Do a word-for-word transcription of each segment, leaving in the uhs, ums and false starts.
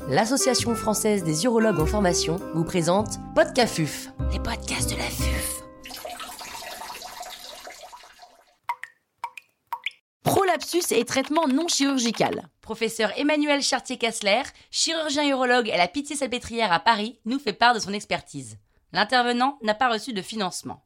l'Association française des urologues en formation vous présente Podcafuf, les podcasts de la F U F. Prolapsus et traitement non chirurgical. Professeur Emmanuel Chartier-Cassler, chirurgien urologue à la Pitié-Salpêtrière à Paris, nous fait part de son expertise. L'intervenant n'a pas reçu de financement.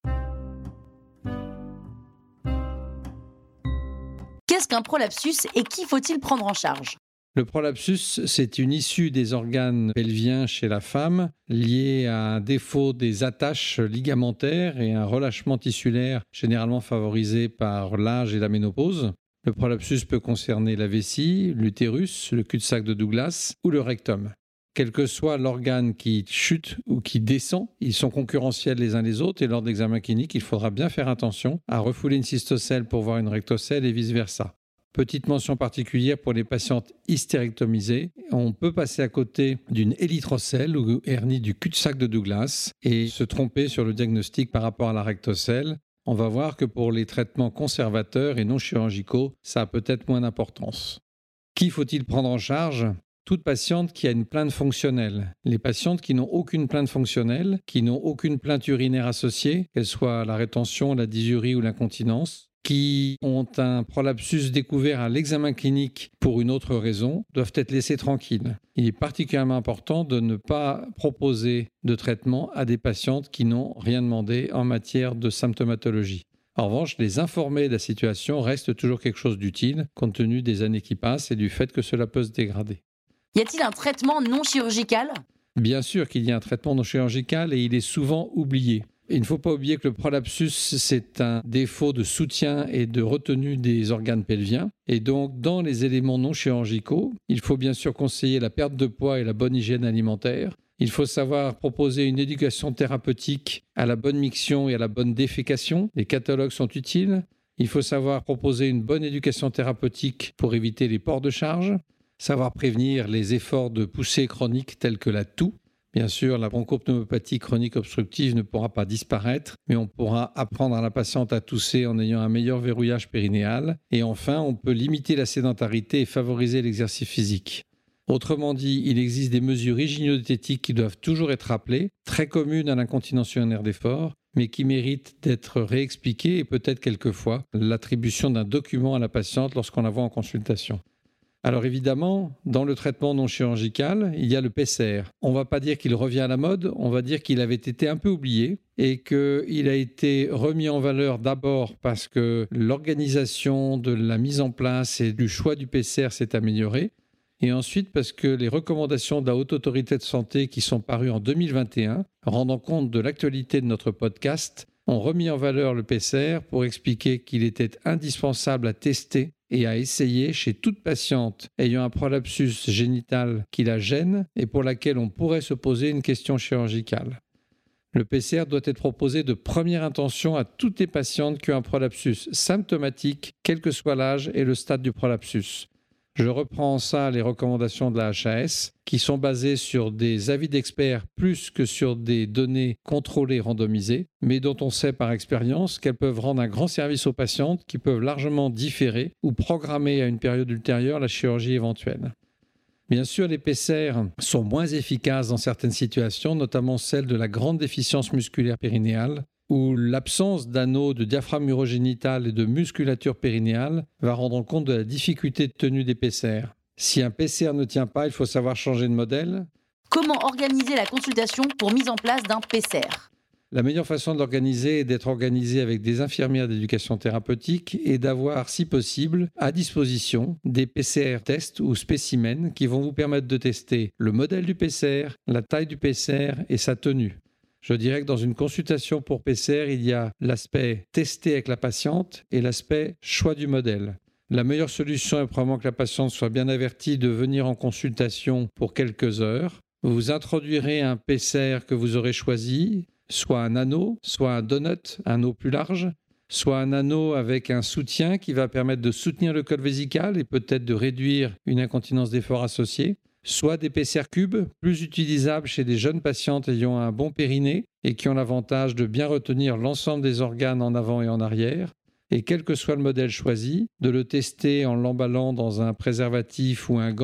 Qu'est-ce qu'un prolapsus et qui faut-il prendre en charge ? Le prolapsus, c'est une issue des organes pelviens chez la femme liée à un défaut des attaches ligamentaires et un relâchement tissulaire généralement favorisé par l'âge et la ménopause. Le prolapsus peut concerner la vessie, l'utérus, le cul-de-sac de Douglas ou le rectum. Quel que soit l'organe qui chute ou qui descend, ils sont concurrentiels les uns les autres et lors d'examens cliniques, il faudra bien faire attention à refouler une cystocèle pour voir une rectocèle et vice-versa. Petite mention particulière pour les patientes hystérectomisées, on peut passer à côté d'une érythrocèle ou hernie du cul-de-sac de Douglas et se tromper sur le diagnostic par rapport à la rectocèle. On va voir que pour les traitements conservateurs et non chirurgicaux, ça a peut-être moins d'importance. Qui faut-il prendre en charge ? Toute patiente qui a une plainte fonctionnelle. Les patientes qui n'ont aucune plainte fonctionnelle, qui n'ont aucune plainte urinaire associée, qu'elle soit la rétention, la dysurie ou l'incontinence, qui ont un prolapsus découvert à l'examen clinique pour une autre raison, doivent être laissées tranquilles. Il est particulièrement important de ne pas proposer de traitement à des patientes qui n'ont rien demandé en matière de symptomatologie. En revanche, les informer de la situation reste toujours quelque chose d'utile, compte tenu des années qui passent et du fait que cela peut se dégrader. Y a-t-il un traitement non chirurgical ? Bien sûr qu'il y a un traitement non chirurgical et il est souvent oublié. Il ne faut pas oublier que le prolapsus, c'est un défaut de soutien et de retenue des organes pelviens. Et donc, dans les éléments non chirurgicaux, il faut bien sûr conseiller la perte de poids et la bonne hygiène alimentaire. Il faut savoir proposer une éducation thérapeutique à la bonne miction et à la bonne défécation. Les catalogues sont utiles. Il faut savoir proposer une bonne éducation thérapeutique pour éviter les ports de charge. Savoir prévenir les efforts de poussée chroniques tels que la toux. Bien sûr, la bronchopneumopathie chronique obstructive ne pourra pas disparaître, mais on pourra apprendre à la patiente à tousser en ayant un meilleur verrouillage périnéal. Et enfin, on peut limiter la sédentarité et favoriser l'exercice physique. Autrement dit, il existe des mesures hygiéno-diététiques qui doivent toujours être rappelées, très communes à l'incontinence urinaire d'effort, mais qui méritent d'être réexpliquées et peut-être quelquefois l'attribution d'un document à la patiente lorsqu'on la voit en consultation. Alors évidemment, dans le traitement non chirurgical, il y a le P C R. On ne va pas dire qu'il revient à la mode, on va dire qu'il avait été un peu oublié et qu'il a été remis en valeur d'abord parce que l'organisation de la mise en place et du choix du P C R s'est améliorée et ensuite parce que les recommandations de la Haute Autorité de Santé qui sont parues en deux mille vingt et un, rendant compte de l'actualité de notre podcast, ont remis en valeur le P C R pour expliquer qu'il était indispensable à tester et à essayer chez toute patiente ayant un prolapsus génital qui la gêne et pour laquelle on pourrait se poser une question chirurgicale. Le P C R doit être proposé de première intention à toutes les patientes qui ont un prolapsus symptomatique, quel que soit l'âge et le stade du prolapsus. Je reprends en ça les recommandations de la H A S qui sont basées sur des avis d'experts plus que sur des données contrôlées randomisées, mais dont on sait par expérience qu'elles peuvent rendre un grand service aux patientes qui peuvent largement différer ou programmer à une période ultérieure la chirurgie éventuelle. Bien sûr, les P C R sont moins efficaces dans certaines situations, notamment celle de la grande déficience musculaire périnéale, où l'absence d'anneaux de diaphragme urogénital et de musculature périnéale va rendre compte de la difficulté de tenue des P C R. Si un P C R ne tient pas, il faut savoir changer de modèle. Comment organiser la consultation pour mise en place d'un P C R ? La meilleure façon de l'organiser est d'être organisé avec des infirmières d'éducation thérapeutique et d'avoir, si possible, à disposition des P C R tests ou spécimens qui vont vous permettre de tester le modèle du P C R, la taille du P C R et sa tenue. Je dirais que dans une consultation pour P C R, il y a l'aspect testé avec la patiente et l'aspect choix du modèle. La meilleure solution est probablement que la patiente soit bien avertie de venir en consultation pour quelques heures. Vous introduirez un P C R que vous aurez choisi, soit un anneau, soit un donut, un anneau plus large, soit un anneau avec un soutien qui va permettre de soutenir le col vésical et peut-être de réduire une incontinence d'effort associée. Soit des P C R cubes, plus utilisables chez des jeunes patientes ayant un bon périnée et qui ont l'avantage de bien retenir l'ensemble des organes en avant et en arrière. Et quel que soit le modèle choisi, de le tester en l'emballant dans un préservatif ou un gant,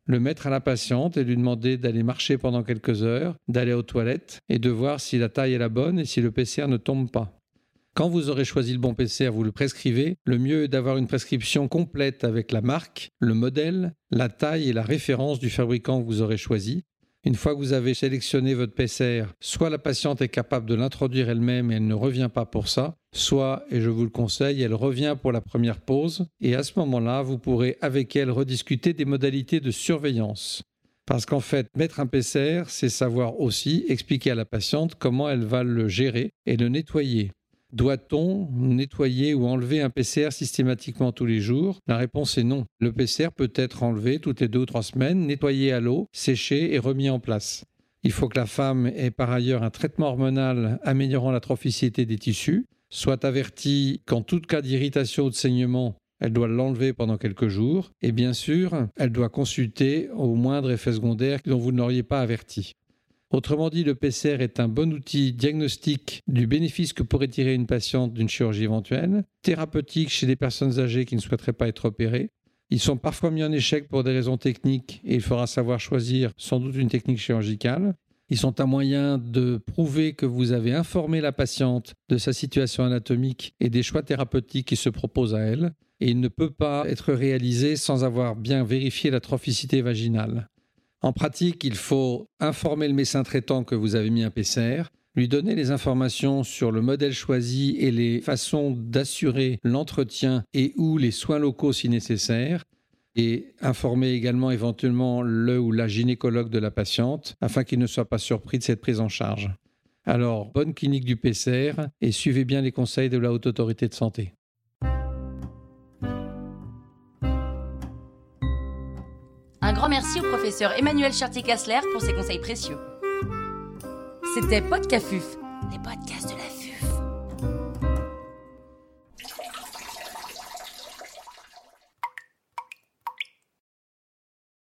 le mettre à la patiente et lui demander d'aller marcher pendant quelques heures, d'aller aux toilettes et de voir si la taille est la bonne et si le P C R ne tombe pas. Quand vous aurez choisi le bon P C R, vous le prescrivez. Le mieux est d'avoir une prescription complète avec la marque, le modèle, la taille et la référence du fabricant que vous aurez choisi. Une fois que vous avez sélectionné votre P C R, soit la patiente est capable de l'introduire elle-même et elle ne revient pas pour ça, soit, et je vous le conseille, elle revient pour la première pause et à ce moment-là, vous pourrez avec elle rediscuter des modalités de surveillance. Parce qu'en fait, mettre un P C R, c'est savoir aussi expliquer à la patiente comment elle va le gérer et le nettoyer. Doit-on nettoyer ou enlever un P C R systématiquement tous les jours ? La réponse est non. Le P C R peut être enlevé toutes les deux ou trois semaines, nettoyé à l'eau, séché et remis en place. Il faut que la femme ait par ailleurs un traitement hormonal améliorant la trophicité des tissus, soit avertie qu'en tout cas d'irritation ou de saignement, elle doit l'enlever pendant quelques jours et bien sûr, elle doit consulter au moindre effet secondaire dont vous ne l'auriez pas averti. Autrement dit, le P C R est un bon outil diagnostique du bénéfice que pourrait tirer une patiente d'une chirurgie éventuelle, thérapeutique chez des personnes âgées qui ne souhaiteraient pas être opérées. Ils sont parfois mis en échec pour des raisons techniques et il faudra savoir choisir sans doute une technique chirurgicale. Ils sont un moyen de prouver que vous avez informé la patiente de sa situation anatomique et des choix thérapeutiques qui se proposent à elle. Et il ne peut pas être réalisé sans avoir bien vérifié la trophicité vaginale. En pratique, il faut informer le médecin traitant que vous avez mis un P C R, lui donner les informations sur le modèle choisi et les façons d'assurer l'entretien et ou les soins locaux si nécessaire, et informer également éventuellement le ou la gynécologue de la patiente afin qu'il ne soit pas surpris de cette prise en charge. Alors, bonne clinique du P C R et suivez bien les conseils de la Haute Autorité de Santé. Un grand merci au professeur Emmanuel Chartier-Cassler pour ses conseils précieux. C'était Podcafuf, les podcasts de la